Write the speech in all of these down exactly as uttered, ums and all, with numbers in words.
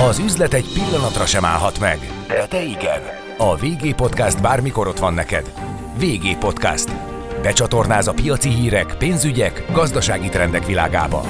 Az üzlet egy pillanatra sem állhat meg, de te igen. A vé gé Podcast bármikor ott van neked. vé gé Podcast. Becsatornáz a piaci hírek, pénzügyek, gazdasági trendek világába.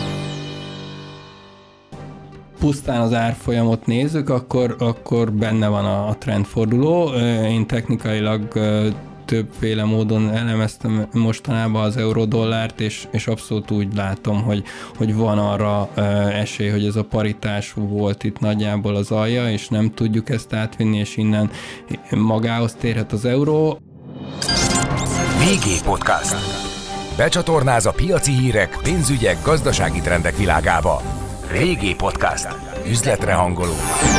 Pusztán az árfolyamot nézzük, akkor, akkor benne van a, a trendforduló. Én technikailag többféle módon elemeztem mostanában az euró-dollárt, és, és abszolút úgy látom, hogy, hogy van arra esély, hogy ez a paritás volt itt nagyjából az alja, és nem tudjuk ezt átvinni, és innen magához térhet az euró. vé gé Podcast. Becsatornáz a piaci hírek, pénzügyek, gazdasági trendek világába. vé gé Podcast. Üzletre hangoló.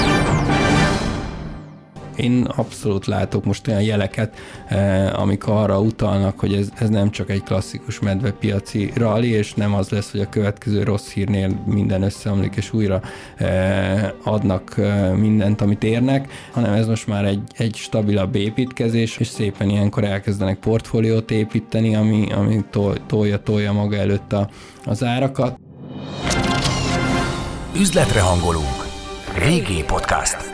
Én abszolút látok most olyan jeleket, eh, amik arra utalnak, hogy ez, ez nem csak egy klasszikus medvepiaci rally, és nem az lesz, hogy a következő rossz hírnél minden összeomlik, és újra eh, adnak eh, mindent, amit érnek, hanem ez most már egy, egy stabilabb építkezés, és szépen ilyenkor elkezdenek portfóliót építeni, ami, ami tolja-tolja maga előtt a, az árakat. Üzletre hangolunk. vé gé Podcast.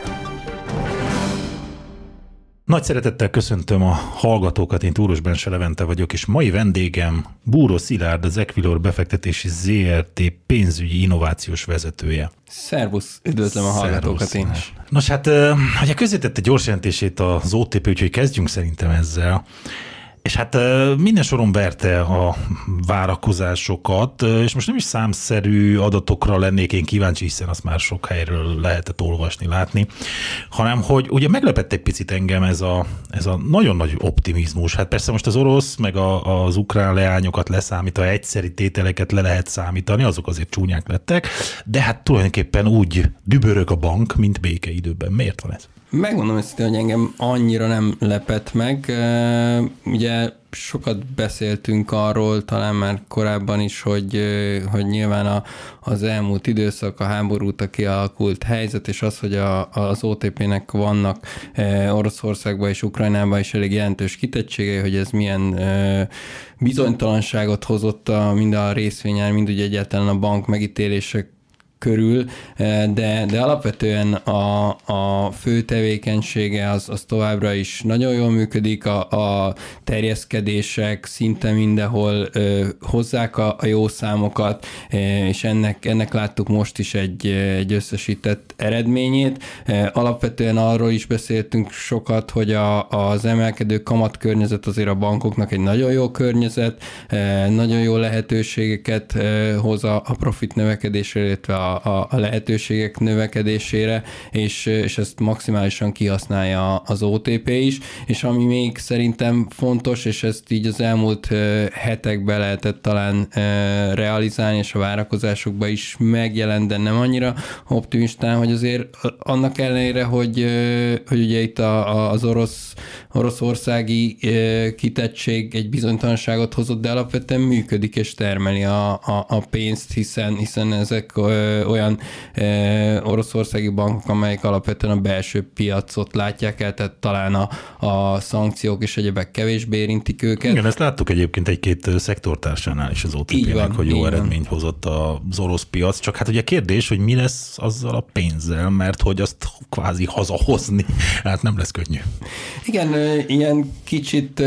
Nagy szeretettel köszöntöm a hallgatókat, én Túros Bense Levente vagyok, és mai vendégem Búró Szilárd, az Equilor befektetési zé er té pénzügyi innovációs vezetője. Szervusz, üdvözlöm a hallgatókat én is. Nos hát, ugye közzétette gyors jelentését az o té pé, úgyhogy kezdjünk szerintem ezzel. És hát minden soron verte a várakozásokat, és most nem is számszerű adatokra lennék én kíváncsi, hiszen azt már sok helyről lehetett olvasni, látni, hanem hogy ugye meglepett egy picit engem ez a, ez a nagyon nagy optimizmus. Hát persze most az orosz, meg a, az ukrán leányokat leszámítva, egyszeri tételeket le lehet számítani, azok azért csúnyák lettek, de hát tulajdonképpen úgy dübörög a bank, mint békeidőben. Miért van ez? Megmondom őszintén, hogy engem annyira nem lepett meg. Ugye sokat beszéltünk arról, talán már korábban is, hogy, hogy nyilván a, az elmúlt időszak, a háború óta kialakult helyzet, és az, hogy a, az o té pének vannak Oroszországban és Ukrajnában is elég jelentős kitettségei, hogy ez milyen bizonytalanságot hozott a, mind a részvényen, mind ugye egyáltalán a bank megítélések körül, de, de alapvetően a, a fő tevékenysége az, az továbbra is nagyon jól működik, a, a terjeszkedések szinte mindenhol ö, hozzák a, a jó számokat, és ennek, ennek láttuk most is egy, egy összesített eredményét. Alapvetően arról is beszéltünk sokat, hogy a, az emelkedő kamatkörnyezet azért a bankoknak egy nagyon jó környezet, nagyon jó lehetőségeket hoz a, a profit növekedésre, illetve a A, a lehetőségek növekedésére, és, és ezt maximálisan kihasználja az o té pé is, és ami még szerintem fontos, és ezt így az elmúlt hetekben lehetett talán realizálni, és a várakozásokban is megjelent, de nem annyira optimistán, hogy azért annak ellenére, hogy, hogy ugye itt a, az orosz, oroszországi kitettség egy bizonytalanságot hozott, de alapvetően működik és termeli a, a, a pénzt, hiszen, hiszen ezek olyan e, oroszországi bankok, amelyek alapvetően a belső piacot látják el, tehát talán a, a szankciók és egyebek kevésbé érintik őket. Igen, ezt láttuk egyébként egy-két szektortársánál is az o té pének, hogy jó eredményt van. hozott az orosz piac, csak hát ugye kérdés, hogy mi lesz azzal a pénzzel, mert hogy azt kvázi hazahozni, hát nem lesz könnyű. Igen, ilyen kicsit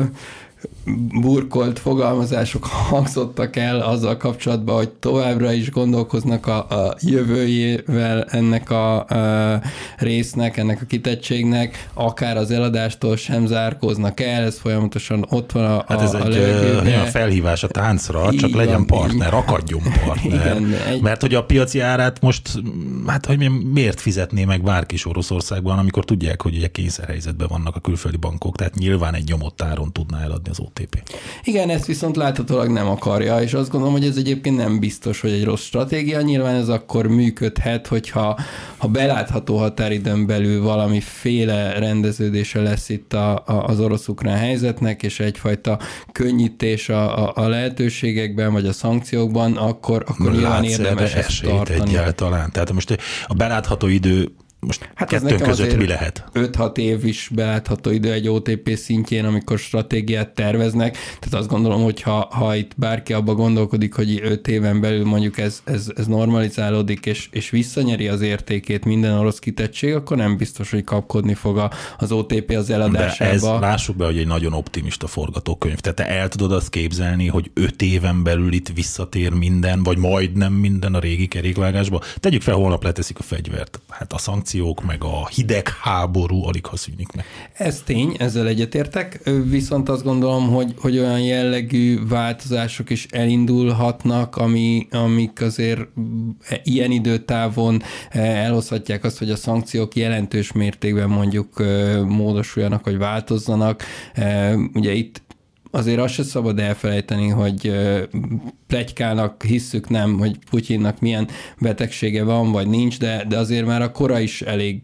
burkolt fogalmazások hangzottak el azzal kapcsolatban, hogy továbbra is gondolkoznak a, a jövőjével ennek a, a résznek, ennek a kitettségnek, akár az eladástól sem zárkóznak el, ez folyamatosan ott van a, hát ez a, a egy olyan felhívás a táncra, csak legyen van, partner, akadjon partner. Igen, egy... Mert hogy a piaci árát most, hát hogy miért fizetné meg bárki is Oroszországban, amikor tudják, hogy ugye kényszerhelyzetben vannak a külföldi bankok, tehát nyilván egy nyomott áron tudná eladni az o té pé. Igen, ezt viszont láthatólag nem akarja, és azt gondolom, hogy ez egyébként nem biztos, hogy egy rossz stratégia. Nyilván ez akkor működhet, hogyha ha belátható határidőn belül valamiféle rendeződése lesz itt a, a, az orosz-ukrán helyzetnek, és egyfajta könnyítés a, a, a lehetőségekben, vagy a szankciókban, akkor, akkor nyilván érdemes ezt tartani. Egyáltalán. Tehát most a belátható idő Most hát kettőn között mi lehet? öt-hat év is belátható idő egy o té pé szintjén, amikor stratégiát terveznek. Tehát azt gondolom, hogy ha, ha itt bárki abba gondolkodik, hogy öt éven belül mondjuk ez, ez, ez normalizálódik, és, és visszanyeri az értékét minden orosz kitettség, akkor nem biztos, hogy kapkodni fog az o té pé az eladásába. De ez, lássuk be, hogy egy nagyon optimista forgatókönyv. Tehát te el tudod azt képzelni, hogy öt éven belül itt visszatér minden, vagy majdnem minden a régi kerékvágásba. Tegyük fel, holnap leteszik a fegyvert. Hát a szankciók, meg a hidegháború alig ha szűnik meg. Ez tény, ezzel egyetértek, viszont azt gondolom, hogy, hogy olyan jellegű változások is elindulhatnak, ami, amik azért ilyen időtávon elhozhatják azt, hogy a szankciók jelentős mértékben mondjuk módosuljanak, vagy változzanak. Ugye itt azért azt se szabad elfelejteni, hogy pletykának hisszük nem, hogy Putyinnak milyen betegsége van, vagy nincs, de, de azért már a kora is elég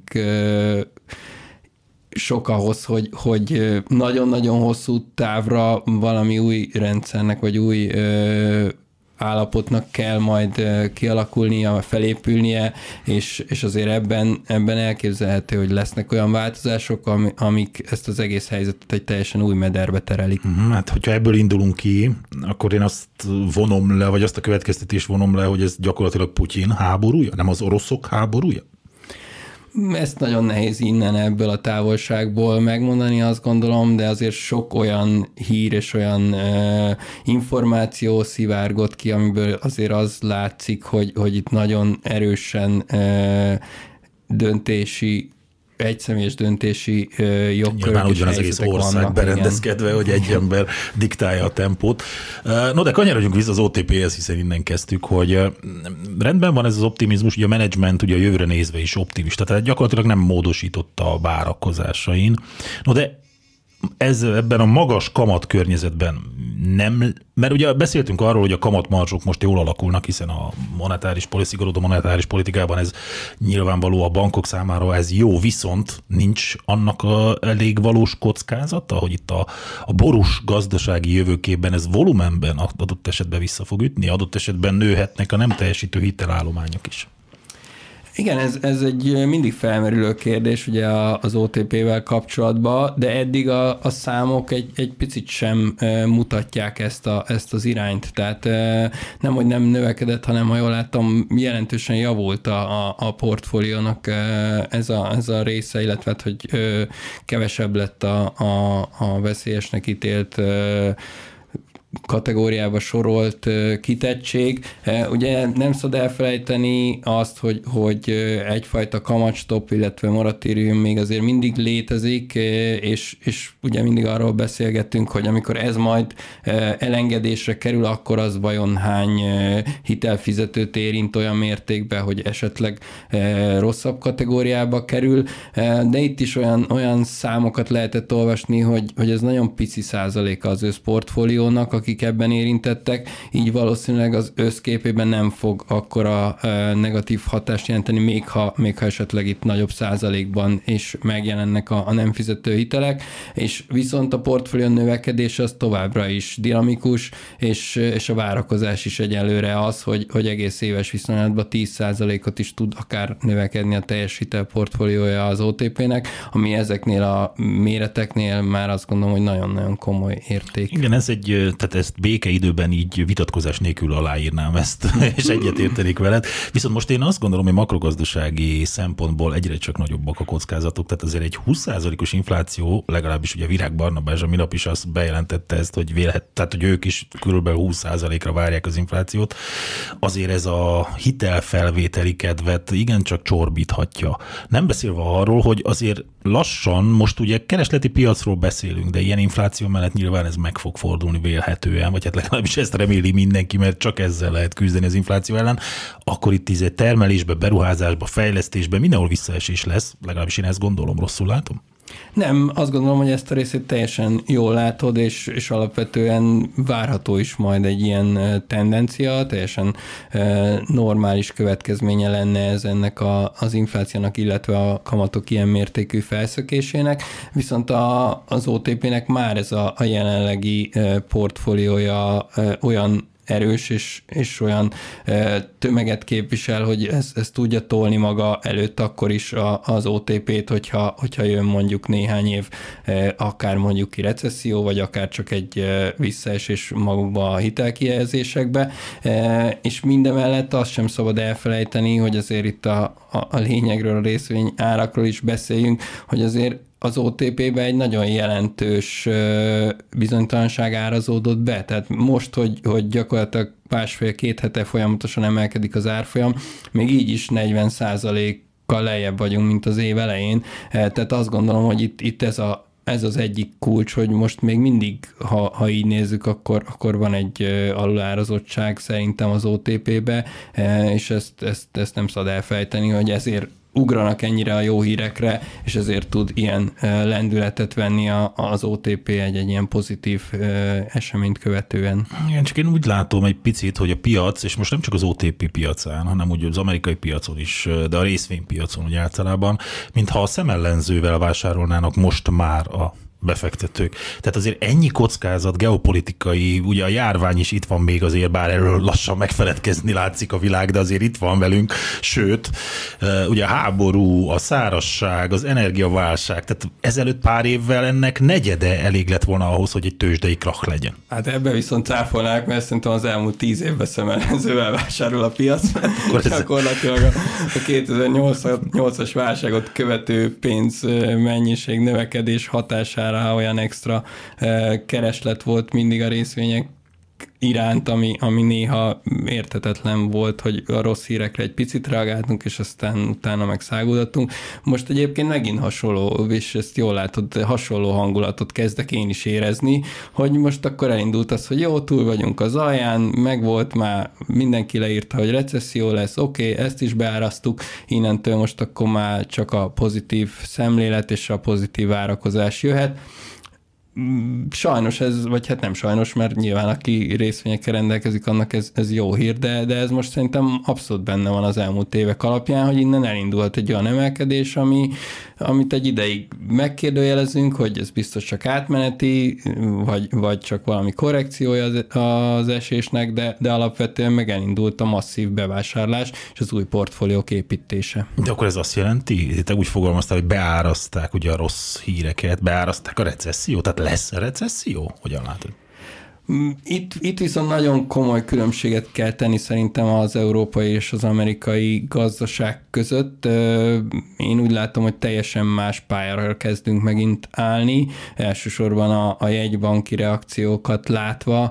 sok ahhoz, hogy, hogy nagyon-nagyon hosszú távra valami új rendszernek, vagy új állapotnak kell majd kialakulnia, felépülnie, és, és azért ebben, ebben elképzelhető, hogy lesznek olyan változások, amik ezt az egész helyzetet egy teljesen új mederbe terelik. Hát, hogyha ebből indulunk ki, akkor én azt vonom le, vagy azt a következtetést vonom le, hogy ez gyakorlatilag Putyin háborúja, nem az oroszok háborúja? Ezt nagyon nehéz innen ebből a távolságból megmondani, azt gondolom, de azért sok olyan hír és olyan uh, információ szivárgott ki, amiből azért az látszik, hogy, hogy itt nagyon erősen uh, döntési egyszemélyes döntési uh, jogkörök. Nyilván úgy van az egész ország vannak, berendezkedve, igen, hogy egy ember diktálja a tempót. No, de kanyarodjunk vissza az o té péhez, hiszen innen kezdtük, hogy rendben van ez az optimizmus, ugye a menedzsment ugye a jövőre nézve is optimista, tehát gyakorlatilag nem módosította a várakozásain. No, de ez ebben a magas kamat környezetben nem, mert ugye beszéltünk arról, hogy a kamatmarzsok most jól alakulnak, hiszen a monetáris, szigorodó monetáris politikában ez nyilvánvaló a bankok számára, ez jó, viszont nincs annak a elég valós kockázata, hogy itt a, a borús gazdasági jövőképben ez volumenben adott esetben vissza fog ütni, adott esetben nőhetnek a nem teljesítő hitelállományok is. Igen, ez, ez egy mindig felmerülő kérdés ugye az o té pével kapcsolatban, de eddig a, a számok egy, egy picit sem mutatják ezt, a, ezt az irányt. Tehát nem, hogy nem növekedett, hanem, ha jól láttam, jelentősen javult a, a, a portfóliónak ez a, ez a része, illetve hogy kevesebb lett a, a, a veszélyesnek ítélt kategóriába sorolt kitettség. Ugye nem szabad elfelejteni azt, hogy, hogy egyfajta kamatstop, illetve moratórium még azért mindig létezik, és, és ugye mindig arról beszélgettünk, hogy amikor ez majd elengedésre kerül, akkor az vajon hány hitelfizetőt érint olyan mértékben, hogy esetleg rosszabb kategóriába kerül, de itt is olyan, olyan számokat lehetett olvasni, hogy, hogy ez nagyon pici százaléka az összportfóliónak, akik ebben érintettek, így valószínűleg az összképében nem fog akkora negatív hatást jelenteni, még ha, még ha esetleg itt nagyobb százalékban is megjelennek a, a nem fizető hitelek, és viszont a portfólió növekedés az továbbra is dinamikus, és, és a várakozás is egyelőre az, hogy, hogy egész éves viszonylatban tíz százalékot is tud akár növekedni a teljes hitelportfóliója az o té pének, ami ezeknél a méreteknél már azt gondolom, hogy nagyon-nagyon komoly érték. Igen, ez egy, tehát ezt békeidőben így vitatkozás nélkül aláírnám ezt, és egyetértenék veled. Viszont most én azt gondolom, hogy makrogazdasági szempontból egyre csak nagyobbak a kockázatok, tehát azért egy húsz százalékos infláció, legalábbis ugye Virág Barnabás a minap is azt bejelentette ezt, hogy vélhet, tehát hogy ők is körülbelül húsz százalékra várják az inflációt, azért ez a hitelfelvételi kedvet igencsak csorbíthatja. Nem beszélve arról, hogy azért lassan, most ugye keresleti piacról beszélünk, de ilyen infláció mellett nyilván ez meg fog fordulni vélhetően, vagy hát legalábbis ezt reméli mindenki, mert csak ezzel lehet küzdeni az infláció ellen, akkor itt izé termelésbe, beruházásba, fejlesztésbe mindenhol visszaesés lesz, legalábbis én ezt gondolom, rosszul látom? Nem, azt gondolom, hogy ezt a részét teljesen jól látod, és, és alapvetően várható is majd egy ilyen tendencia, teljesen normális következménye lenne ez ennek a, az inflációnak, illetve a kamatok ilyen mértékű felszökésének, viszont a, az o té pének már ez a, a jelenlegi portfóliója olyan erős, és, és olyan tömeget képvisel, hogy ez, ez tudja tolni maga előtt akkor is a, az o té pét, hogyha, hogyha jön mondjuk néhány év, akár mondjuk ki recesszió, vagy akár csak egy visszaesés magukba a hitelkihelyezésekbe, és mindemellett azt sem szabad elfelejteni, hogy azért itt a, a, a lényegről, a részvény árakról is beszéljünk, hogy azért az o té pé-be egy nagyon jelentős bizonytalanság árazódott be. Tehát most, hogy, hogy gyakorlatilag másfél-két hete folyamatosan emelkedik az árfolyam, még így is negyven százalékkal lejjebb vagyunk, mint az év elején. Tehát azt gondolom, hogy itt, itt ez a Ez az egyik kulcs, hogy most még mindig, ha, ha így nézzük, akkor, akkor van egy alulárazottság szerintem az o té pé-be, és ezt, ezt, ezt nem szabad elfejteni, hogy ezért ugranak ennyire a jó hírekre, és ezért tud ilyen lendületet venni az o té pé egy, egy ilyen pozitív eseményt követően. Igen, csak én úgy látom egy picit, hogy a piac, és most nem csak az o té pé piacán, hanem úgy az amerikai piacon is, de a részvénypiacon úgy általában, mintha a szemellenzővel vásárolnának most már a befektetők. Tehát azért ennyi kockázat, geopolitikai, ugye a járvány is itt van még azért, bár erről lassan megfeledkezni látszik a világ, de azért itt van velünk, sőt, ugye a háború, a szárazság, az energiaválság, tehát ezelőtt pár évvel ennek negyede elég lett volna ahhoz, hogy egy tőzsdei krach legyen. Hát ebbe viszont cáfolnák, mert szerintem az elmúlt tíz évben szemellenzővel vásárol a piac, mert ez... gyakorlatilag a, a kétezer-nyolcas válságot követő pénzmennyiség növekedés hatására olyan extra kereslet volt mindig a részvények iránt, ami, ami néha érthetetlen volt, hogy a rossz hírekre egy picit reagáltunk, és aztán utána megszáguldottunk. Most egyébként megint hasonló, és ezt jól látod, hasonló hangulatot kezdek én is érezni, hogy most akkor elindult az, hogy jó, túl vagyunk az alján, megvolt már, mindenki leírta, hogy recesszió lesz, oké, okay, ezt is beárasztuk, innentől most akkor már csak a pozitív szemlélet és a pozitív várakozás jöhet. Sajnos ez, vagy hát nem sajnos, mert nyilván aki részvényekkel rendelkezik, annak ez, ez jó hír, de, de ez most szerintem abszolút benne van az elmúlt évek alapján, hogy innen elindult egy olyan emelkedés, ami, amit egy ideig megkérdőjelezünk, hogy ez biztos csak átmeneti, vagy, vagy csak valami korrekciója az, az esésnek, de, de alapvetően meg elindult a masszív bevásárlás és az új portfóliók építése. De akkor ez azt jelenti, te úgy fogalmaztál, hogy beáraszták ugye a rossz híreket, beáraszták a recessziót, tehát lesz a recesszió? Hogyan látod? Itt, itt viszont nagyon komoly különbséget kell tenni szerintem az európai és az amerikai gazdaság között. Én úgy látom, hogy teljesen más pályára kezdünk megint állni, elsősorban a, a jegybanki reakciókat látva.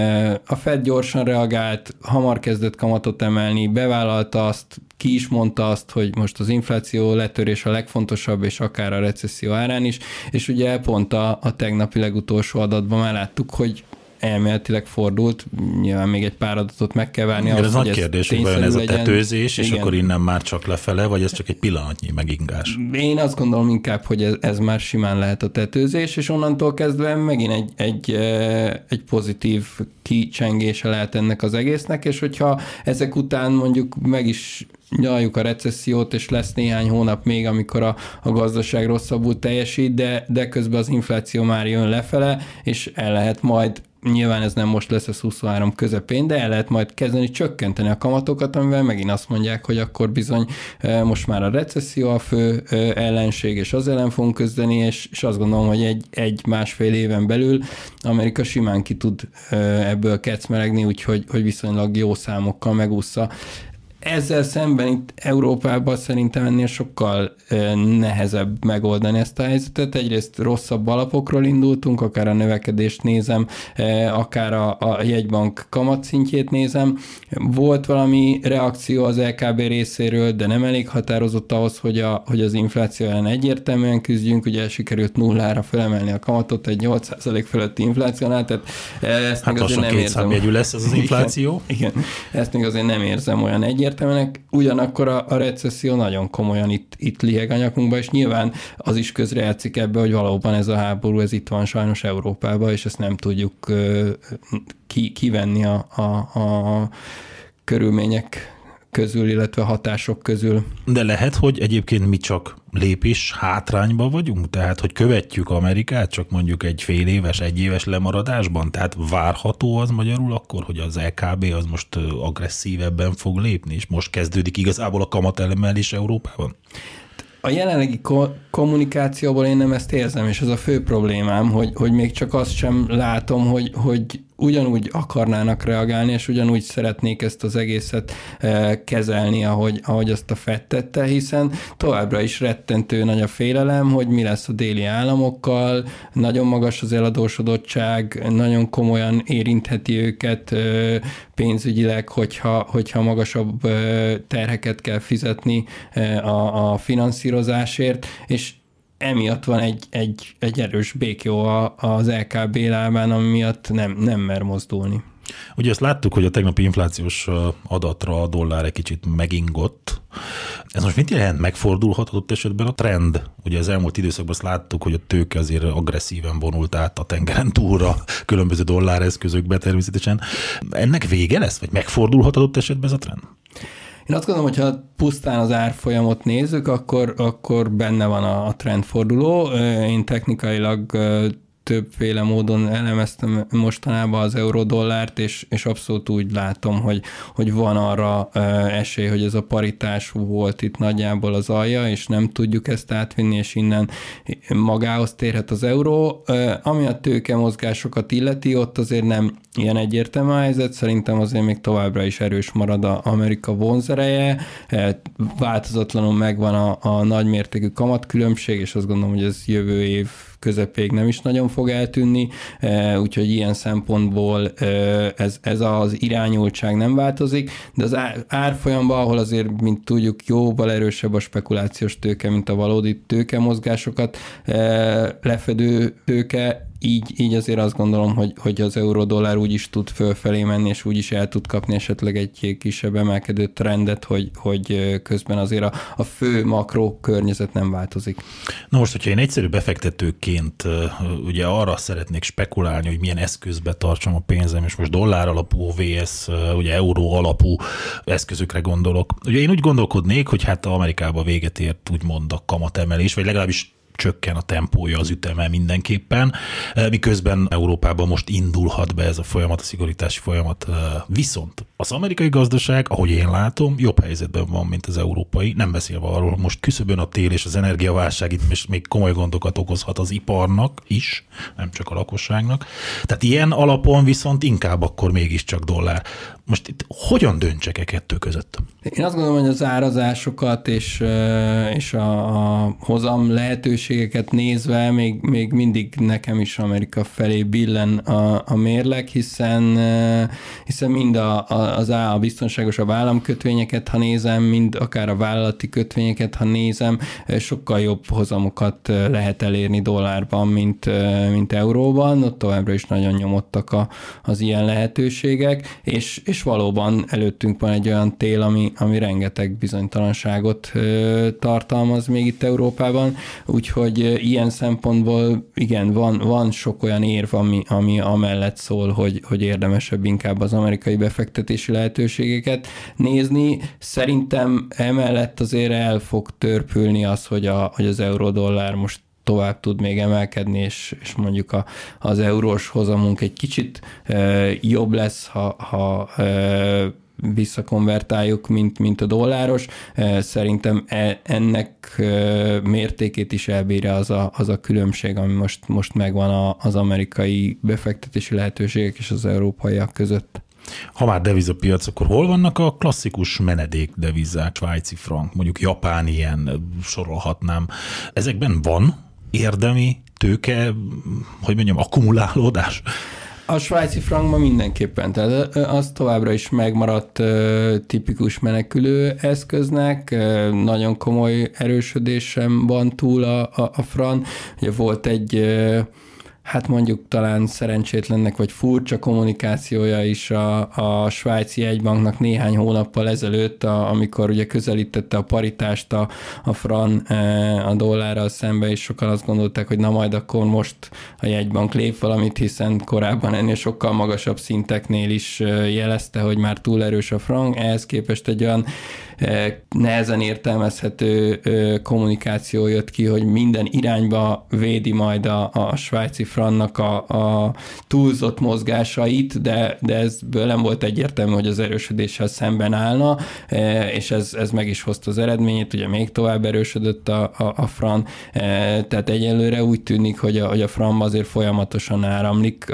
A Fed gyorsan reagált, hamar kezdett kamatot emelni, bevállalta azt, ki is mondta azt, hogy most az infláció letörés a legfontosabb, és akár a recesszió árán is, és ugye pont a, a tegnapi legutolsó adatban már láttuk, hogy elméletileg fordult, nyilván még egy pár adatot meg kell várni. Ez nagy kérdés, hogy vajon ez a tetőzés, és igen. Akkor innen már csak lefele, vagy ez csak egy pillanatnyi megingás? Én azt gondolom inkább, hogy ez, ez már simán lehet a tetőzés, és onnantól kezdve megint egy, egy, egy pozitív kicsengése lehet ennek az egésznek, és hogyha ezek után mondjuk meg is nyaljuk a recessziót, és lesz néhány hónap még, amikor a, a gazdaság rosszabbul teljesít, de, de közben az infláció már jön lefele, és el lehet majd, nyilván ez nem most lesz az huszonhárom közepén, de el lehet majd kezdeni csökkenteni a kamatokat, amivel megint azt mondják, hogy akkor bizony most már a recesszió a fő ellenség, és az ellen fogunk küzdeni, és, és azt gondolom, hogy egy, egy másfél éven belül Amerika simán ki tud ebből kecmeregni, úgyhogy hogy viszonylag jó számokkal megúszza. Ezzel szemben itt Európában szerintem ennél sokkal nehezebb megoldani ezt a helyzetet. Egyrészt rosszabb alapokról indultunk, akár a növekedést nézem, akár a, a jegybank kamatszintjét nézem. Volt valami reakció az el ká bé részéről, de nem elég határozott ahhoz, hogy, a, hogy az infláció ellen egyértelműen küzdjünk. Ugye sikerült nullára felemelni a kamatot egy nyolc százalék fölötti inflációnál, tehát ezt hát még azért nem érzem. Hát lesz ez az infláció. Igen, igen, ezt még azért nem érzem olyan egyértelműen. Ugyanakkor a, a recesszió nagyon komolyan itt, itt liheg a nyakunkba, és nyilván az is közrejátszik ebbe, hogy valóban ez a háború, ez itt van sajnos Európában, és ezt nem tudjuk uh, ki, kivenni a, a, a körülmények közül, illetve hatások közül. De lehet, hogy egyébként mi csak lépés hátrányba vagyunk? Tehát, hogy követjük Amerikát csak mondjuk egy fél éves, egy éves lemaradásban? Tehát várható az magyarul akkor, hogy az é ká bé az most agresszívebben fog lépni, és most kezdődik igazából a kamatelemelés Európában? A jelenlegi ko- kommunikációból én nem ezt érzem, és ez a fő problémám, hogy, hogy még csak azt sem látom, hogy, hogy ugyanúgy akarnának reagálni, és ugyanúgy szeretnék ezt az egészet e, kezelni, ahogy, ahogy azt a Fed tette, hiszen továbbra is rettentő nagy a félelem, hogy mi lesz a déli államokkal, nagyon magas az eladósodottság, nagyon komolyan érintheti őket e, pénzügyileg, hogyha, hogyha magasabb e, terheket kell fizetni e, a, a finanszírozásért, és emiatt van egy, egy, egy erős békjó az é ká bé lábán, ami miatt nem, nem mer mozdulni. Ugye azt láttuk, hogy a tegnapi inflációs adatra a dollár egy kicsit megingott. Ez most mit jelent? Megfordulhat adott esetben a trend? Ugye az elmúlt időszakban azt láttuk, hogy a tőke azért agresszíven vonult át a tengeren túlra különböző dolláreszközökbe természetesen. Ennek vége lesz? Vagy megfordulhat adott esetben ez a trend? Én azt gondolom, hogy ha pusztán az árfolyamot nézzük, akkor, akkor benne van a, a trendforduló. Én technikailag többféle módon elemeztem mostanában az euró-dollárt, és, és abszolút úgy látom, hogy, hogy van arra esély, hogy ez a paritás volt itt nagyjából az alja, és nem tudjuk ezt átvinni, és innen magához térhet az euró. Ami a tőke mozgásokat illeti, ott azért nem ilyen egyértelmű a helyzet, szerintem azért még továbbra is erős marad az Amerika vonzereje, változatlanul megvan a, a nagymértékű kamatkülönbség, és azt gondolom, hogy ez jövő év közepéig nem is nagyon fog eltűnni, úgyhogy ilyen szempontból ez, ez az irányultság nem változik, de az árfolyamban, ahol azért, mint tudjuk, jóval erősebb a spekulációs tőke, mint a valódi tőkemozgásokat lefedő tőke, így, így azért azt gondolom, hogy, hogy az euró-dollár úgy is tud fölfelé menni, és úgy is el tud kapni esetleg egy kisebb emelkedő trendet, hogy, hogy közben azért a, a fő makró környezet nem változik. Na most, hogyha én egyszerű befektetőként ugye arra szeretnék spekulálni, hogy milyen eszközbe tartsam a pénzem, és most dollár alapú versus ugye euró alapú eszközökre gondolok. Ugye én úgy gondolkodnék, hogy hát Amerikában véget ért úgymond a kamatemelés, vagy legalábbis csökken a tempója, az üteme mindenképpen, miközben Európában most indulhat be ez a folyamat, a szigorítási folyamat. Viszont az amerikai gazdaság, ahogy én látom, jobb helyzetben van, mint az európai, nem beszélve arról, most küszöbön a tél és az energiaválság itt most még komoly gondokat okozhat az iparnak is, nem csak a lakosságnak. Tehát ilyen alapon viszont inkább akkor mégiscsak dollár. Most itt hogyan döntsek e kettő között? Én azt gondolom, hogy az árazásokat és, és a, a hozam lehetőségeket nézve még, még mindig nekem is Amerika felé billen a, a mérleg, hiszen, hiszen mind a, a, az a biztonságosabb államkötvényeket, ha nézem, mind akár a vállalati kötvényeket, ha nézem, sokkal jobb hozamokat lehet elérni dollárban, mint, mint euróban. Ott továbbra is nagyon nyomottak a, az ilyen lehetőségek, és, és valóban előttünk van egy olyan tél, ami, ami rengeteg bizonytalanságot ö, tartalmaz még itt Európában, úgyhogy ö, ilyen szempontból igen, van, van sok olyan érv, ami, ami amellett szól, hogy, hogy érdemesebb inkább az amerikai befektetési lehetőségeket nézni. Szerintem emellett azért el fog törpülni az, hogy, a, hogy az euró-dollár most tovább tud még emelkedni, és, és mondjuk a, az eurós hozamunk egy kicsit e, jobb lesz, ha, ha e, visszakonvertáljuk, mint, mint a dolláros. E, szerintem e, ennek e, mértékét is elbírja az a, az a különbség, ami most, most megvan a, az amerikai befektetési lehetőségek és az európaiak között. Ha már devizapiac, akkor hol vannak a klasszikus menedék devizák, svájci frank, mondjuk japán ilyen, sorolhatnám. Ezekben van érdemi tőke, hogy mondjam, akkumulálódás? A svájci frankban mindenképpen, tehát az továbbra is megmaradt tipikus menekülő eszköznek, nagyon komoly erősödés sem van túl a, a, a frank. Ugye volt egy hát mondjuk talán szerencsétlennek vagy furcsa kommunikációja is a, a svájci jegybanknak néhány hónappal ezelőtt, a, amikor ugye közelítette a paritást a, a fran a dollárral szembe, és sokan azt gondolták, hogy na majd akkor most a jegybank lép valamit, hiszen korábban ennél sokkal magasabb szinteknél is jelezte, hogy már túl erős a frank, ehhez képest egy olyan nehezen értelmezhető kommunikáció jött ki, hogy minden irányba védi majd a, a svájci frannak a, a túlzott mozgásait, de, de ezből nem volt egyértelmű, hogy az erősödéssel szemben állna, és ez, ez meg is hozta az eredményét, ugye még tovább erősödött a, a, a fran, tehát egyelőre úgy tűnik, hogy a, hogy a franba azért folyamatosan áramlik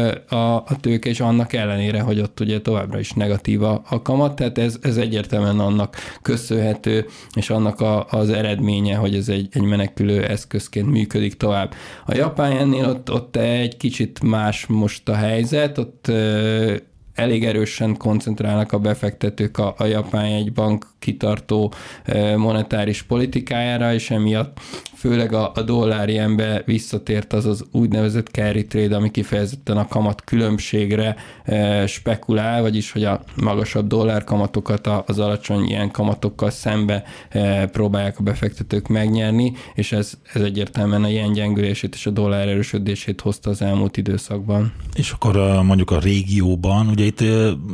a, a tőke, és annak ellenére, hogy ott ugye továbbra is negatív a, a kamat, tehát ez, ez egyértelműen annak köszönhető, és annak a, az eredménye, hogy ez egy, egy menekülő eszközként működik tovább. A japán ennél ott, ott egy kicsit más most a helyzet, ott ö, elég erősen koncentrálnak a befektetők a, a japán jegybank kitartó ö, monetáris politikájára, és emiatt főleg a, a dollár ilyenbe visszatért az az úgynevezett carry trade, ami kifejezetten a kamat különbségre e, spekulál, vagyis hogy a magasabb dollár kamatokat az alacsony ilyen kamatokkal szembe e, próbálják a befektetők megnyerni, és ez, ez egyértelműen a yen gyengülését és a dollár erősödését hozta az elmúlt időszakban. És akkor mondjuk a régióban, ugye itt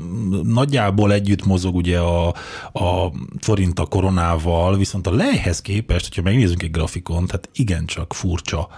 nagyjából együtt mozog ugye a, a forint a koronával, viszont a lejhez képest, hogyha megnézzünk egy grafikon, tehát igencsak furcsa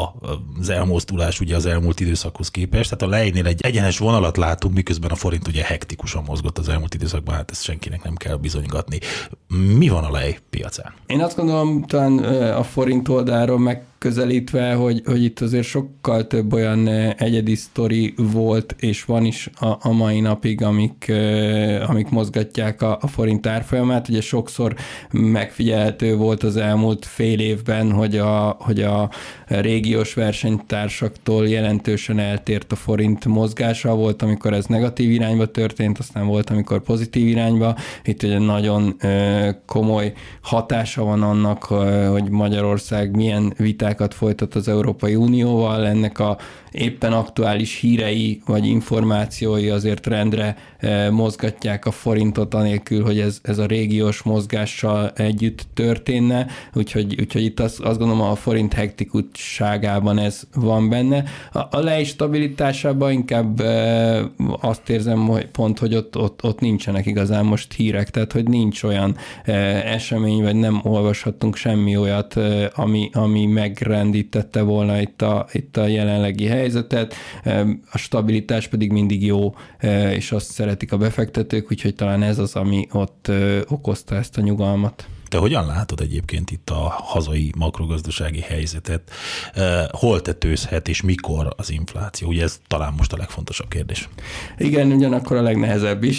az elmozdulás ugye az elmúlt időszakhoz képest. Tehát a lejnél egy egyenes vonalat látunk, miközben a forint ugye hektikusan mozgott az elmúlt időszakban, hát ezt senkinek nem kell bizonygatni. Mi van a lej piacán? Én azt gondolom, talán a forint oldalról megközelítve, hogy, hogy itt azért sokkal több olyan egyedi sztori volt, és van is a, a mai napig, amik, amik mozgatják a, a forint árfolyamát. Ugye sokszor megfigyelhető volt az elmúlt fél évben, hogy a, hogy a régiós versenytársaktól jelentősen eltért a forint mozgása. Volt, amikor ez negatív irányba történt, aztán volt, amikor pozitív irányba. Itt ugye nagyon komoly hatása van annak, hogy Magyarország milyen vitákat folytat az Európai Unióval, ennek a éppen aktuális hírei vagy információi azért rendre mozgatják a forintot anélkül, hogy ez, ez a régiós mozgással együtt történne, úgyhogy, úgyhogy itt azt, azt gondolom, a forint hektikusságában ez van benne. A, a lej stabilitásában inkább azt érzem, hogy pont, hogy ott, ott, ott nincsenek igazán most hírek, tehát hogy nincs olyan esemény, vagy nem olvashattunk semmi olyat, ami, ami megrendítette volna itt a, itt a jelenlegi helyzetet. A stabilitás pedig mindig jó, és azt szeretik a befektetők, úgyhogy talán ez az, ami ott okozta ezt a nyugalmat. Te hogyan látod egyébként itt a hazai makrogazdasági helyzetet? Hol tetőzhet és mikor az infláció? Ugye ez talán most a legfontosabb kérdés. Igen, ugyanakkor a legnehezebb is.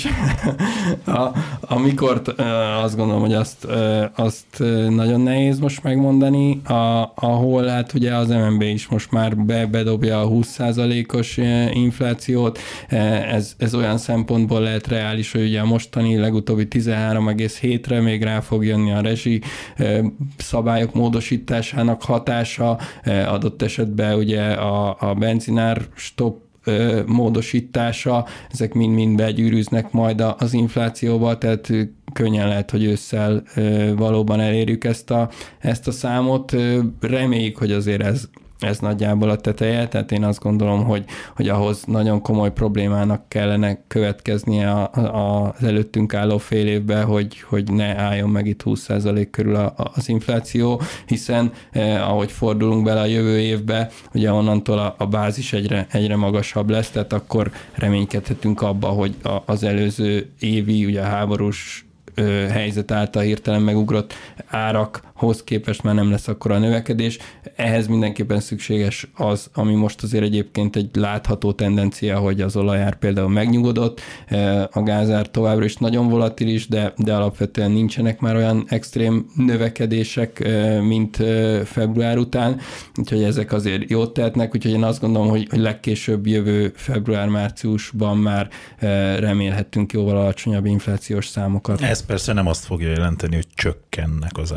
a, amikor azt gondolom, hogy azt, azt nagyon nehéz most megmondani, a, ahol hát ugye az em en bé is most már be, bedobja a húsz százalékos inflációt. Ez, ez olyan szempontból lehet reális, hogy ugye a mostani legutóbbi tizenhárom egész hétre még rá fog jönni a rezsi szabályok módosításának hatása, adott esetben ugye a, a benzinár stop módosítása, ezek mind-mind begyűrűznek majd az inflációba, tehát könnyen lehet, hogy ősszel valóban elérjük ezt a, ezt a számot. Reméljük, hogy azért ez Ez nagyjából a teteje, tehát én azt gondolom, hogy, hogy ahhoz nagyon komoly problémának kellene következnie a, a, az előttünk álló fél évben, hogy, hogy ne álljon meg itt húsz százalék körül a, a, az infláció, hiszen eh, ahogy fordulunk bele a jövő évbe, ugye onnantól a, a bázis egyre, egyre magasabb lesz, tehát akkor reménykedhetünk abba, hogy a, az előző évi, ugye a háborús helyzet által hirtelen megugrott árakhoz képest már nem lesz akkora a növekedés. Ehhez mindenképpen szükséges az, ami most azért egyébként egy látható tendencia, hogy az olajár például megnyugodott, a gázár továbbra is nagyon volatilis, de, de alapvetően nincsenek már olyan extrém növekedések, mint február után, úgyhogy ezek azért jót tehetnek, úgyhogy én azt gondolom, hogy, hogy legkésőbb jövő február-márciusban már remélhetünk jóval alacsonyabb inflációs számokat. Ez persze nem azt fogja jelenteni, hogy csökkennek az árak,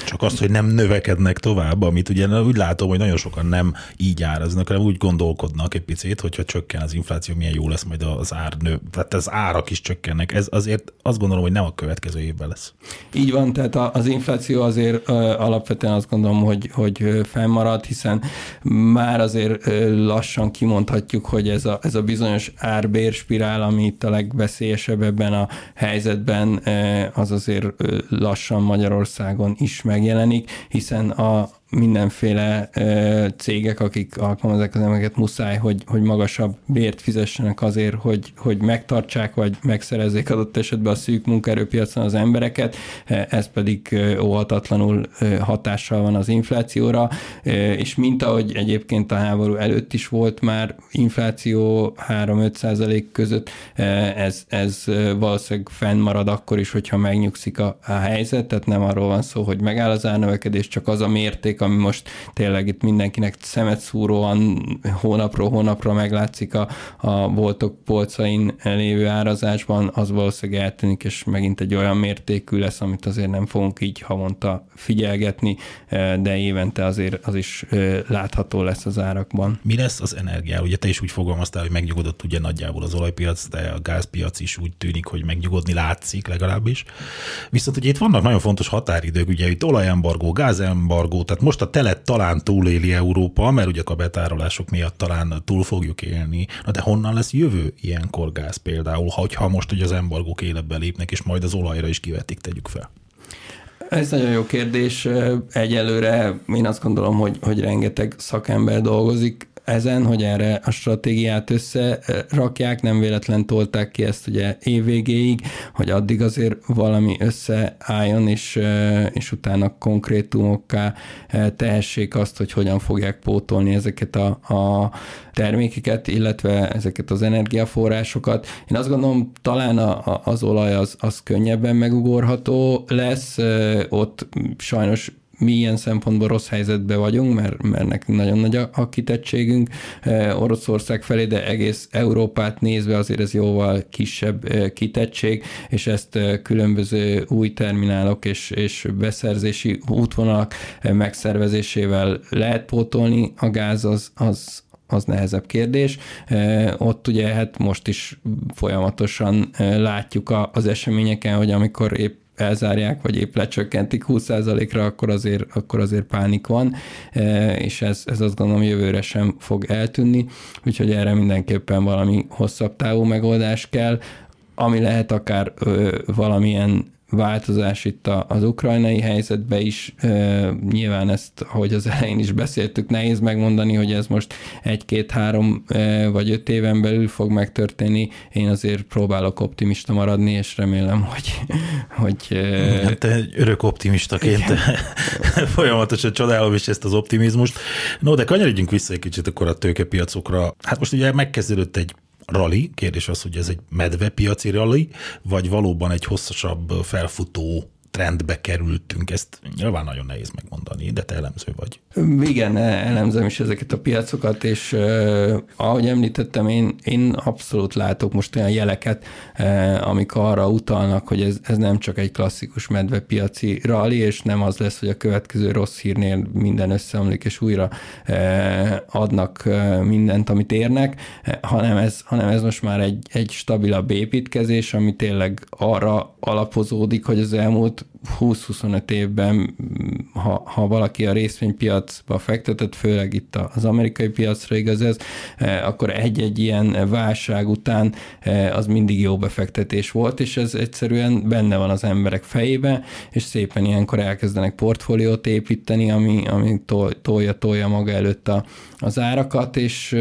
Csak azt, hogy nem növekednek tovább, amit ugye úgy látom, hogy nagyon sokan nem így áraznak, hanem úgy gondolkodnak egy picit, hogyha csökken az infláció, milyen jó lesz majd az ár nő. Tehát az árak is csökkennek. Ez azért azt gondolom, hogy nem a következő évben lesz. Így van, tehát az infláció azért alapvetően azt gondolom, hogy, hogy fennmarad, hiszen már azért lassan kimondhatjuk, hogy ez a, ez a bizonyos árbérspirál, ami itt a legveszélyesebb ebben a helyzetben, az azért lassan Magyarországon is megjelenik, hiszen a mindenféle ö, cégek, akik alkalmazzák az embereket, muszáj, hogy, hogy magasabb bért fizessenek azért, hogy, hogy megtartsák, vagy megszerezzék adott esetben a szűk munkaerőpiacon az embereket, ez pedig óhatatlanul hatással van az inflációra, és mint ahogy egyébként a háború előtt is volt már infláció három-öt százalék között, ez, ez valószínűleg fennmarad akkor is, hogyha megnyugszik a, a helyzet, tehát nem arról van szó, hogy megáll az árnövekedés, csak az a mérték, ami most tényleg itt mindenkinek szemetszúróan hónapról hónapra meglátszik a, a boltok polcain lévő árazásban, az valószínűleg eltűnik, és megint egy olyan mértékű lesz, amit azért nem fogunk így havonta figyelgetni, de évente azért az is látható lesz az árakban. Mi lesz az energiá? Ugye te is úgy fogalmaztál, hogy megnyugodott ugye nagyjából az olajpiac, de a gázpiac is úgy tűnik, hogy megnyugodni látszik legalábbis. Viszont ugye itt vannak nagyon fontos határidők, ugye itt olajembargó, gázembargó, tehát most a telet talán túléli Európa, mert ugye a betárolások miatt talán túl fogjuk élni. Na de honnan lesz jövő ilyenkor gáz például, ha most ugye az embargók életbe lépnek, és majd az olajra is kivetik, tegyük fel? Ez nagyon jó kérdés. Egyelőre én azt gondolom, hogy, hogy rengeteg szakember dolgozik ezen, hogy erre a stratégiát összerakják, nem véletlen tolták ki ezt ugye évvégéig, hogy addig azért valami összeálljon, és, és utána konkrétumokká tehessék azt, hogy hogyan fogják pótolni ezeket a, a termékeket, illetve ezeket az energiaforrásokat. Én azt gondolom, talán a, a, az olaj az, az könnyebben megugorható lesz, ott sajnos mi ilyen szempontból rossz helyzetben vagyunk, mert, mert nekünk nagyon nagy a, a kitettségünk Oroszország felé, de egész Európát nézve azért ez jóval kisebb kitettség, és ezt különböző új terminálok és, és beszerzési útvonalak megszervezésével lehet pótolni. A gáz az, az az nehezebb kérdés. Ott ugye hát most is folyamatosan látjuk az eseményeken, hogy amikor épp elzárják, vagy épp lecsökkentik húsz százalékra, akkor azért, akkor azért pánik van, és ez, ez azt gondolom jövőre sem fog eltűnni, úgyhogy erre mindenképpen valami hosszabb távú megoldás kell, ami lehet akár ö, valamilyen változás itt az ukrajnai helyzetben is. Nyilván ezt, ahogy az elején is beszéltük, nehéz megmondani, hogy ez most egy-két-három vagy öt éven belül fog megtörténni. Én azért próbálok optimista maradni, és remélem, hogy... hogy hát te örök optimistaként folyamatosan csodálom is ezt az optimizmust. No, de kanyarodjunk vissza egy kicsit akkor a tőkepiacokra. Hát most ugye megkezdődött egy rally, kérdés az, hogy ez egy medvepiaci rally, vagy valóban egy hosszasabb felfutó trendbe kerültünk, ezt nyilván nagyon nehéz megmondani, de te elemző vagy. Igen, elemzem is ezeket a piacokat, és uh, ahogy említettem, én, én abszolút látok most olyan jeleket, uh, amik arra utalnak, hogy ez, ez nem csak egy klasszikus medvepiaci rally, és nem az lesz, hogy a következő rossz hírnél minden összeomlik, és újra uh, adnak uh, mindent, amit érnek, uh, hanem, ez, hanem ez most már egy, egy stabilabb építkezés, ami tényleg arra alapozódik, hogy az elmúlt húsz-huszonöt évben, ha, ha valaki a részvénypiacba fektetett, főleg itt az amerikai piacra igaz ez, akkor egy-egy ilyen válság után az mindig jó befektetés volt, és ez egyszerűen benne van az emberek fejébe, és szépen ilyenkor elkezdenek portfóliót építeni, ami, ami tolja-tolja maga előtt a, az árakat, és,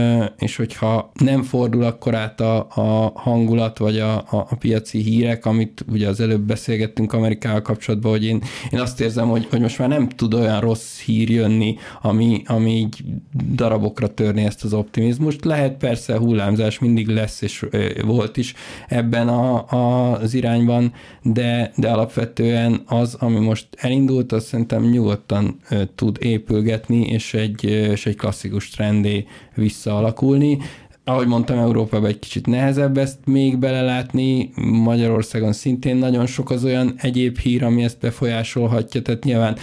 és hogyha nem fordul akkor át a, a hangulat, vagy a, a, a piaci hírek, amit ugye az előbb beszélgettünk Amerikával kapcsolatban, hogy én, én azt érzem, hogy, hogy most már nem tud olyan rossz hír jönni, ami, ami így darabokra törni ezt az optimizmust. Lehet persze hullámzás, mindig lesz, és volt is ebben a, a, az irányban, de, de alapvetően az, ami most elindult, azt szerintem nyugodtan tud épülgetni, és egy, és egy klasszikus trendé visszaalakulni. ahogy mondtam, Európában egy kicsit nehezebb ezt még belelátni, Magyarországon szintén nagyon sok az olyan egyéb hír, ami ezt befolyásolhatja, tehát nyilván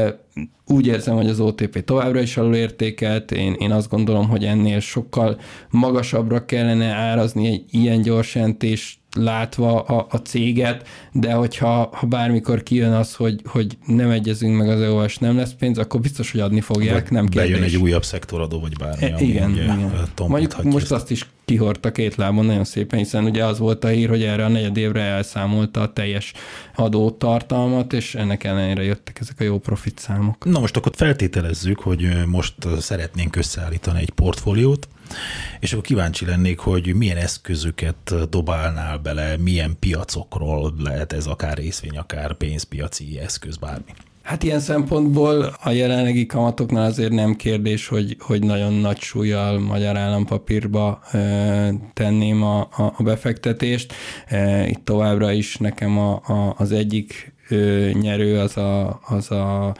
úgy érzem, hogy az o té pé továbbra is alulértékelt, én, én azt gondolom, hogy ennél sokkal magasabbra kellene árazni egy ilyen gyors jelentést látva a, a céget, de hogyha ha bármikor kijön az, hogy, hogy nem egyezünk meg az é u-val, és nem lesz pénz, akkor biztos, hogy adni fogják, nem kérdés. Bejön egy újabb szektoradó, vagy bármi, e, igen, ugye igen. Mondjuk most ezt. Azt is kihordta két lábon nagyon szépen, hiszen ugye az volt a hír, hogy erre a negyed évre elszámolta a teljes adótartalmat, és ennek ellenére jöttek ezek a jó profit számok. Na most akkor feltételezzük, hogy most szeretnénk összeállítani egy portfóliót, és akkor kíváncsi lennék, hogy milyen eszközöket dobálnál bele, milyen piacokról lehet ez akár részvény, akár pénzpiaci eszköz, bármi. Hát ilyen szempontból a jelenlegi kamatoknál azért nem kérdés, hogy, hogy nagyon nagy súllyal magyar állampapírba e, tenném a, a, a befektetést. E, itt továbbra is nekem a, a, az egyik e, nyerő az a, az a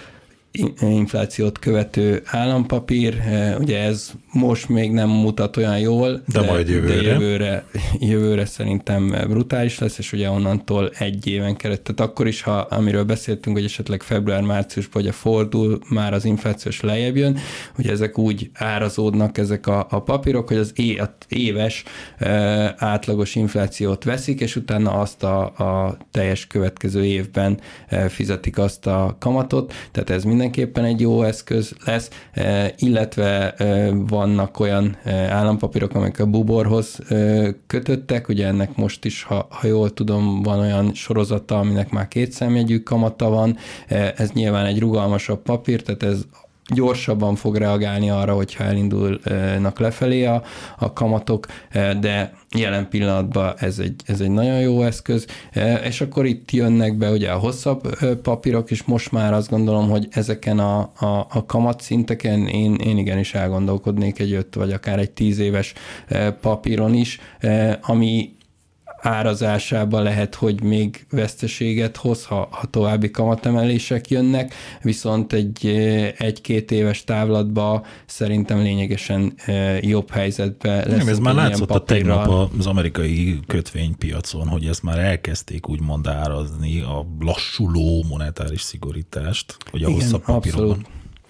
inflációt követő állampapír. Ugye ez most még nem mutat olyan jól, de, de majd jövőre. De jövőre, jövőre szerintem brutális lesz, és ugye onnantól egy éven keresztül. Tehát akkor is, ha amiről beszéltünk, hogy esetleg február-márciusban ugye fordul, már az inflációs lejjebb jön, ugye ezek úgy árazódnak ezek a, a papírok, hogy az é, a éves e, átlagos inflációt veszik, és utána azt a, a teljes következő évben e, fizetik azt a kamatot, tehát ez mindenképpen egy jó eszköz lesz, e, illetve e, vannak olyan e, állampapírok, amelyek a buborhoz e, kötöttek, ugye ennek most is, ha, ha jól tudom, van olyan sorozata, aminek már két számjegyű kamata van, e, ez nyilván egy rugalmasabb papír, tehát ez gyorsabban fog reagálni arra, hogyha elindulnak lefelé a, a kamatok, de jelen pillanatban ez egy, ez egy nagyon jó eszköz, és akkor itt jönnek be ugye a hosszabb papírok, és most már azt gondolom, hogy ezeken a, a, a kamatszinteken én, én igenis elgondolkodnék egy öt vagy akár egy tíz éves papíron is, ami árazásában lehet, hogy még veszteséget hoz, ha, ha további kamatemelések jönnek, viszont egy egy-két éves távlatban szerintem lényegesen jobb helyzetben lesz. Nem, ez már látszott a tegnap az amerikai kötvénypiacon, hogy ezt már elkezdték úgymond árazni, a lassuló monetáris szigorítást, vagy a igen, hosszabb papírokon. Abszolút.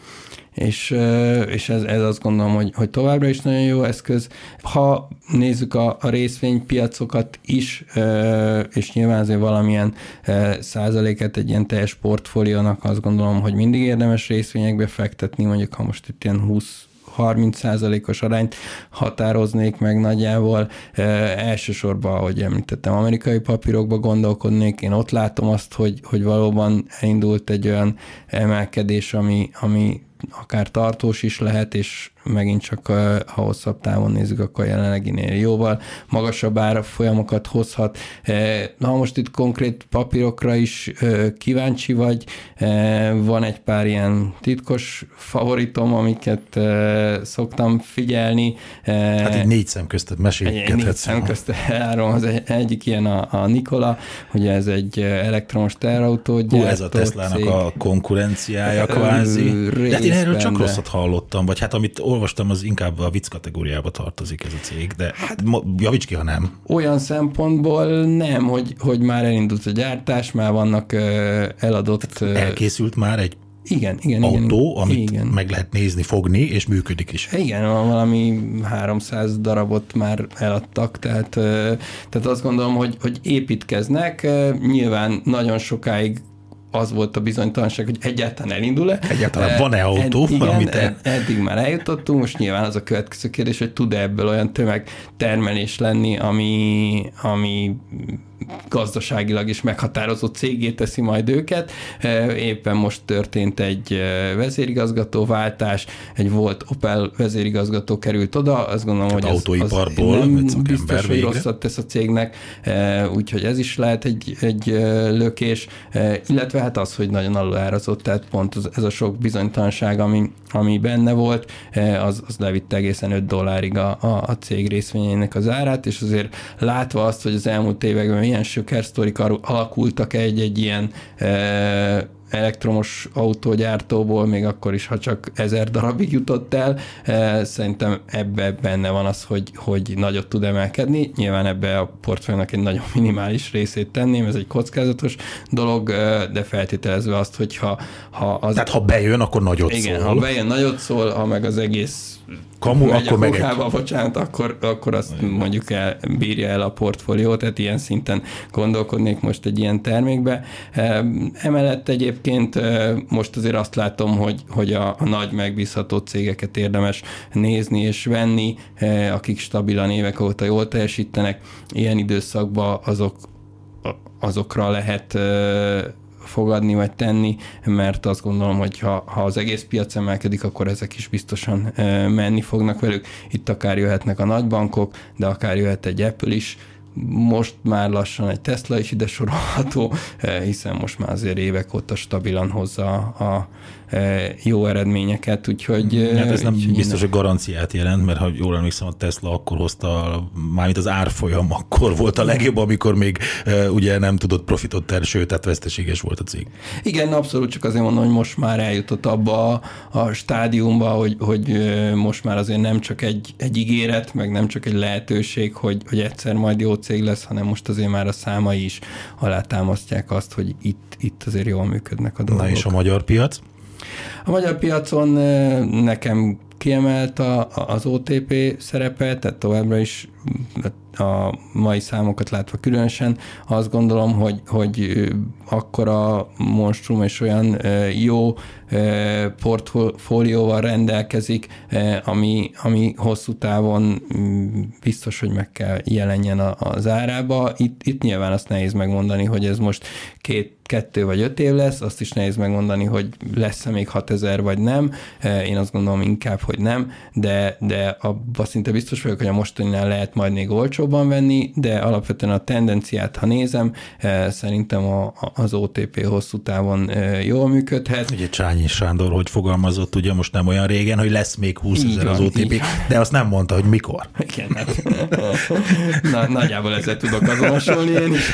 És, és ez, ez azt gondolom, hogy, hogy továbbra is nagyon jó eszköz. Ha nézzük a, a részvénypiacokat is, és nyilván azért valamilyen százaléket egy ilyen teljes portfóliónak azt gondolom, hogy mindig érdemes részvényekbe fektetni, mondjuk ha most itt ilyen húsz harminc százalékos arányt határoznék meg nagyjából. E, elsősorban, ahogy említettem, amerikai papírokba gondolkodnék. Én ott látom azt, hogy, hogy valóban elindult egy olyan emelkedés, ami, ami akár tartós is lehet, és megint csak ha hosszabb távon nézzük, akkor jelenleginél jóval magasabb árfolyamokat hozhat. Ha most itt konkrét papírokra is kíváncsi vagy, van egy pár ilyen titkos favoritom, amiket szoktam figyelni. Hát egy négy szem köztet mesélkedhetsz. Négy szem köztet áron, az egyik ilyen a, a Nikola, ugye ez egy elektromos teherautó. Hú, ez a Teslának cég. A konkurenciája kvázi. De hát én erről csak rosszat hallottam, vagy hát amit olvastam, az inkább a vicc kategóriába tartozik ez a cég, de hát, javíts ki, ha nem. Olyan szempontból nem, hogy, hogy már elindult a gyártás, már vannak uh, eladott... Uh, elkészült már egy igen, igen, autó, igen, amit igen. meg lehet nézni, fogni, és működik is. Igen, valami háromszáz darabot már eladtak, tehát, tehát azt gondolom, hogy, hogy építkeznek, nyilván nagyon sokáig az volt a bizonytalanság, hogy egyáltalán elindul-e. Egyáltalán van-e autó? Ed, igen, amit ed, eddig már eljutottunk, most nyilván az a következő kérdés, hogy tud-e ebből olyan tömegtermelés lenni, ami, ami gazdaságilag is meghatározó cégé teszi majd őket. Éppen most történt egy vezérigazgatóváltás, egy volt Opel vezérigazgató került oda, azt gondolom, hát hogy autóiparból, az nem biztos, hogy rosszat tesz a cégnek, úgyhogy ez is lehet egy, egy lökés, illetve hát az, hogy nagyon alulárazott, tehát pont az, ez a sok bizonytalanság, ami, ami benne volt, az, az levitte egészen öt dollárig a, a, a cég részvényeinek az árát, és azért látva azt, hogy az elmúlt években milyen sikersztorik alakultak egy-egy ilyen e, elektromos autógyártóból, még akkor is, ha csak ezer darabig jutott el. Szerintem ebbe benne van az, hogy, hogy nagyot tud emelkedni. Nyilván ebbe a portfóliónak egy nagyon minimális részét tenném, ez egy kockázatos dolog, de feltételezve azt, hogy ha, ha az... Tehát ha bejön, akkor nagyot igen, szól. Igen, ha bejön, nagyot szól, ha meg az egész kamu, megy akkor a meg kukába, egy... bocsánat, akkor, akkor azt igen. mondjuk el, bírja el a portfóliót, tehát ilyen szinten gondolkodnék most egy ilyen termékbe. Emellett egyébként most azért azt látom, hogy, hogy a, a nagy megbízható cégeket érdemes nézni és venni, akik stabilan évek óta jól teljesítenek. Ilyen időszakban azok, azokra lehet fogadni vagy tenni, mert azt gondolom, hogy ha, ha az egész piac emelkedik, akkor ezek is biztosan e, menni fognak velük. Itt akár jöhetnek a nagybankok, de akár jöhet egy Apple is. Most már lassan egy Tesla is ide sorolható, e, hiszen most már azért évek óta stabilan hozza a, a e, jó eredményeket, úgyhogy... Hát ez nem úgy, biztos, hogy garanciát jelent, mert ha jól emlékszem, a Tesla akkor hozta, mármint az árfolyam akkor volt a legjobb, amikor még e, ugye nem tudott profitot ter, sőt, tehát veszteséges volt a cég. Igen, abszolút, csak azért mondom, hogy most már eljutott abba a, a stádiumba, hogy, hogy most már azért nem csak egy, egy ígéret, meg nem csak egy lehetőség, hogy, hogy egyszer majd jó cég lesz, hanem most azért már a számai is alátámasztják azt, hogy itt, itt azért jól működnek a dolgok. Na és a magyar piac? A magyar piacon nekem kiemelt a, az o té pé szerepe, tehát továbbra is a mai számokat látva különösen azt gondolom, hogy, hogy akkora monstrum és olyan jó portfólióval rendelkezik, ami, ami hosszú távon biztos, hogy meg kell jelenjen az árába. Itt, itt nyilván azt nehéz megmondani, hogy ez most két, kettő vagy öt év lesz, azt is nehéz megmondani, hogy lesz-e még hatezer vagy nem. Én azt gondolom inkább, hogy nem, de, de abban szinte biztos vagyok, hogy a mostaninál lehet majd még olcsóbban venni, de alapvetően a tendenciát, ha nézem, szerintem a, az o té pé hosszú távon jól működhet. Ugye Csányi Sándor, hogy fogalmazott, ugye most nem olyan régen, hogy lesz még húszezer az o té pé, de azt nem mondta, hogy mikor. Igen, hát na, nagyjából ezzel tudok azonosulni én is.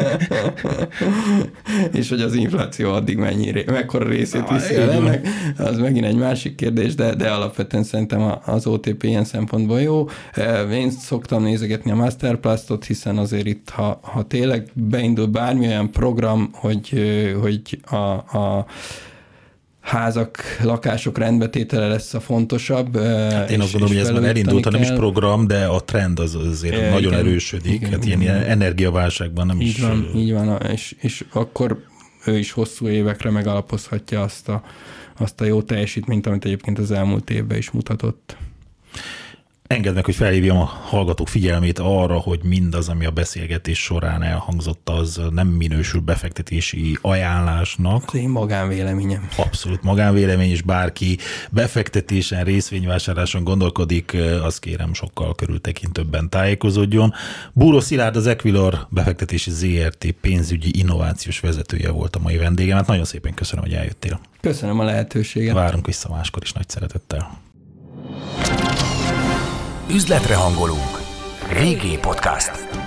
És hogy az infláció addig mennyi, mekkora részét viszi el ennek, az megint egy másik kérdés, de, de alapvetően szerintem az o té pé ilyen szempontból jó. Én szoktam nézegetni a Masterplast-ot, hiszen azért itt, ha, ha tényleg beindul bármi olyan program, hogy, hogy a, a házak, lakások rendbetétele lesz a fontosabb. Hát én azt gondolom, hogy ez már elindult, ha nem is program, de a trend az azért e, nagyon igen, erősödik. Igen, hát igen, ilyen energiaválságban nem így is... Van, így van, és, és akkor ő is hosszú évekre megalapozhatja azt a, azt a jó teljesítményt, amit egyébként az elmúlt évben is mutatott. Engedd meg, hogy felhívjam a hallgatók figyelmét arra, hogy mindaz, ami a beszélgetés során elhangzott, az nem minősül befektetési ajánlásnak. Az én magánvéleményem. Abszolút magánvélemény, és bárki befektetésen, részvényvásárláson gondolkodik, azt kérem sokkal körültekintőbben tájékozódjon. Búró Szilárd, az Equilor befektetési zé er té pénzügyi innovációs vezetője volt a mai vendégem. Hát nagyon szépen köszönöm, hogy eljöttél. Köszönöm a lehetőséget. Várunk vissza máskor is nagy szeretettel. Üzletre hangolunk. vé gé Podcast.